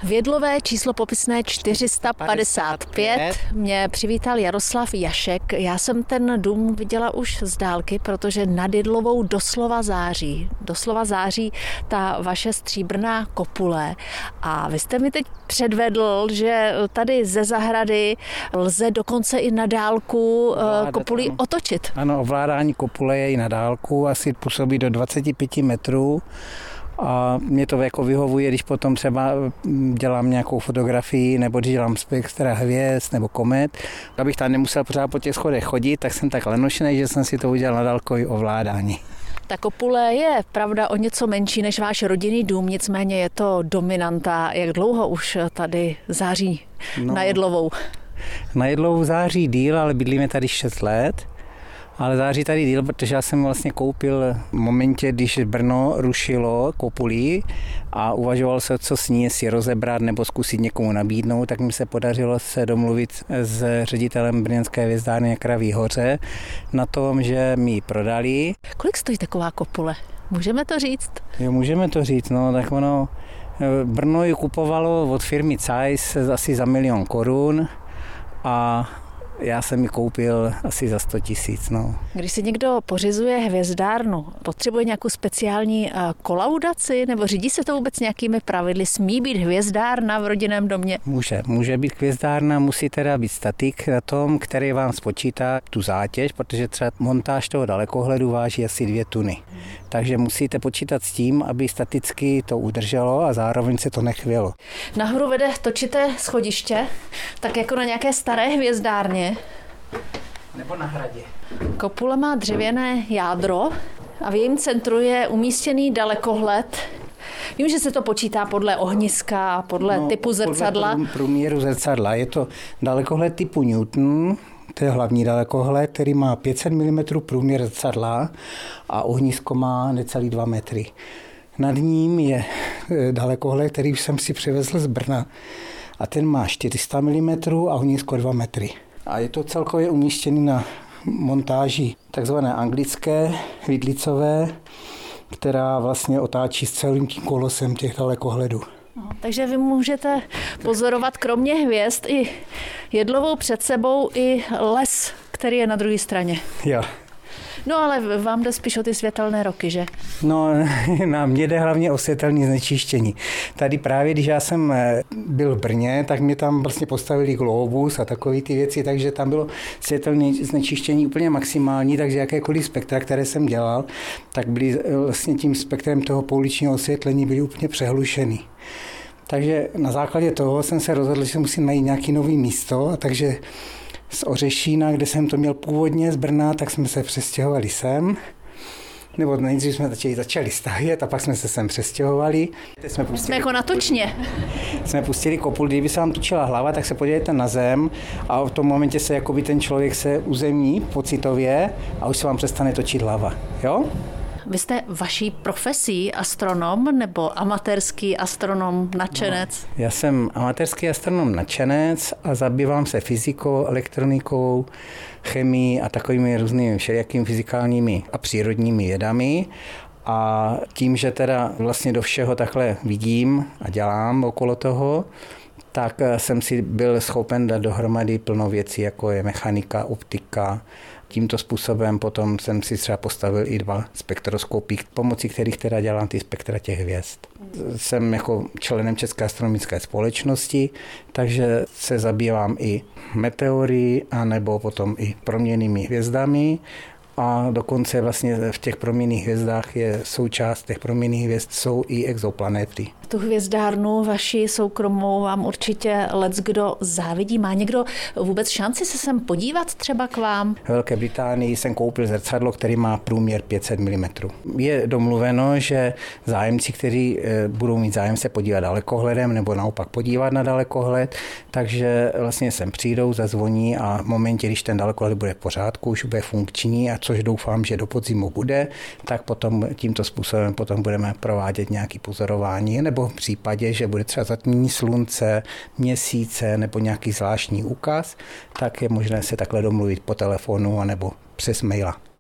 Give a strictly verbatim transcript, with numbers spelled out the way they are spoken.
V Jedlové číslo popisné čtyři sta padesát pět mě přivítal Jaroslav Jašek. Já jsem ten dům viděla už z dálky, protože nad Jedlovou doslova září. Doslova září ta vaše stříbrná kopule. A vy jste mi teď předvedl, že tady ze zahrady lze dokonce i na dálku kopulí otočit. Ano, ovládání kopule je i na dálku, asi působí do dvacet pět metrů. A mě to jako vyhovuje, když potom třeba dělám nějakou fotografii nebo když dělám spektra hvězd nebo komet. Abych tam nemusel pořád po těch schodech chodit, tak jsem tak lenošený, že jsem si to udělal na dálkový ovládání. Ta kopule je, pravda, o něco menší než váš rodinný dům, nicméně je to dominanta. Jak dlouho už tady září no, na Jedlovou? Na Jedlovou září díl, ale bydlíme tady šest let. Ale září tady díl, protože já jsem vlastně koupil v momentě, když Brno rušilo kopulí a uvažoval se, co s ní, jestli rozebrat nebo zkusit někomu nabídnout, tak mi se podařilo se domluvit s ředitelem brněnské hvězdárny na Kraví hoře na tom, že mi ji prodali. Kolik stojí taková kopule? Můžeme to říct? Jo, můžeme to říct, no, tak ono, Brno ji kupovalo od firmy Zeiss asi za milion korun a já jsem ji koupil asi za sto tisíc. No. Když si někdo pořizuje hvězdárnu, potřebuje nějakou speciální kolaudaci nebo řídí se to vůbec nějakými pravidly? Smí být hvězdárna v rodinném domě? Může. Může být hvězdárna, musí teda být statik na tom, který vám spočítá tu zátěž, protože třeba montáž toho dalekohledu váží asi dvě tuny. Takže musíte počítat s tím, aby staticky to udrželo a zároveň se to nechvělo. Nahoru vede točité schodiště, tak jako na nějaké staré hvězdárně. Nebo na hradě. Kopule má dřevěné jádro a v jejím centru je umístěný dalekohled. Vím, že se to počítá podle ohniska, podle no, typu zrcadla. Podle průměru zrcadla. Je to dalekohled typu Newton, to je hlavní dalekohled, který má pět set milimetrů průměr zrcadla a ohnisko má necelý dva metry. Nad ním je dalekohled, který už jsem si přivezl z Brna a ten má čtyři sta milimetrů a ohnisko dva metry. A je to celkově umístěný na montáži takzvané anglické, vidlicové, která vlastně otáčí s celým tím kolosem těch dalekohledů. No, takže vy můžete pozorovat kromě hvězd i Jedlovou před sebou i les, který je na druhé straně. Jo. No ale vám jde spíš o ty světelné roky, že? No, na mě jde hlavně o světelné znečištění. Tady právě, když já jsem byl v Brně, tak mě tam vlastně postavili globus a takové ty věci, takže tam bylo světelné znečištění úplně maximální, takže jakékoliv spektra, které jsem dělal, tak byly vlastně tím spektrem toho pouličního osvětlení byly úplně přehlušený. Takže na základě toho jsem se rozhodl, že musím najít nějaké nové místo, a takže z Ořešína, kde jsem to měl původně z Brna, tak jsme se přestěhovali sem. Nebo nejdřív jsme začali, začali stavět a pak jsme se sem přestěhovali. Jsme, pustili, jsme jako na točně. Jsme pustili kopul, kdyby se vám točila hlava, tak se podívejte na zem a v tom momentě se jakoby ten člověk se uzemní pocitově a už se vám přestane točit hlava. Jo? Vy jste vaší profesí astronom nebo amatérský astronom nadšenec? No, já jsem amatérský astronom nadšenec a zabývám se fyzikou, elektronikou, chemií a takovými různými všelijakými fyzikálními a přírodními vědami. A tím, že teda vlastně do všeho takhle vidím a dělám okolo toho, tak jsem si byl schopen dát dohromady plno věcí, jako je mechanika, optika. Tímto způsobem potom jsem si třeba postavil i dva spektroskopy, pomocí kterých teda dělám ty spektra těch hvězd. Jsem jako členem České astronomické společnosti, takže se zabývám i meteory, anebo potom i proměnnými hvězdami. A dokonce vlastně v těch proměnných hvězdách je součást těch proměnných hvězd jsou i exoplanety. Tu hvězdárnu vaši soukromou vám určitě leckdo závidí. Má někdo vůbec šanci se sem podívat třeba k vám? V Velké Británii jsem koupil zrcadlo, který má průměr pět set milimetrů. Je domluveno, že zájemci, kteří budou mít zájem se podívat dalekohledem nebo naopak podívat na dalekohled, takže vlastně sem přijdou, zazvoní a v momentě, když ten dalekohled bude v pořádku, už bude funkční, a což doufám, že do podzimu bude, tak potom tímto způsobem potom budeme provádět nějaké pozorování, nebo v případě, že bude třeba zatmění slunce, měsíce nebo nějaký zvláštní úkaz, tak je možné se takhle domluvit po telefonu anebo přes maila.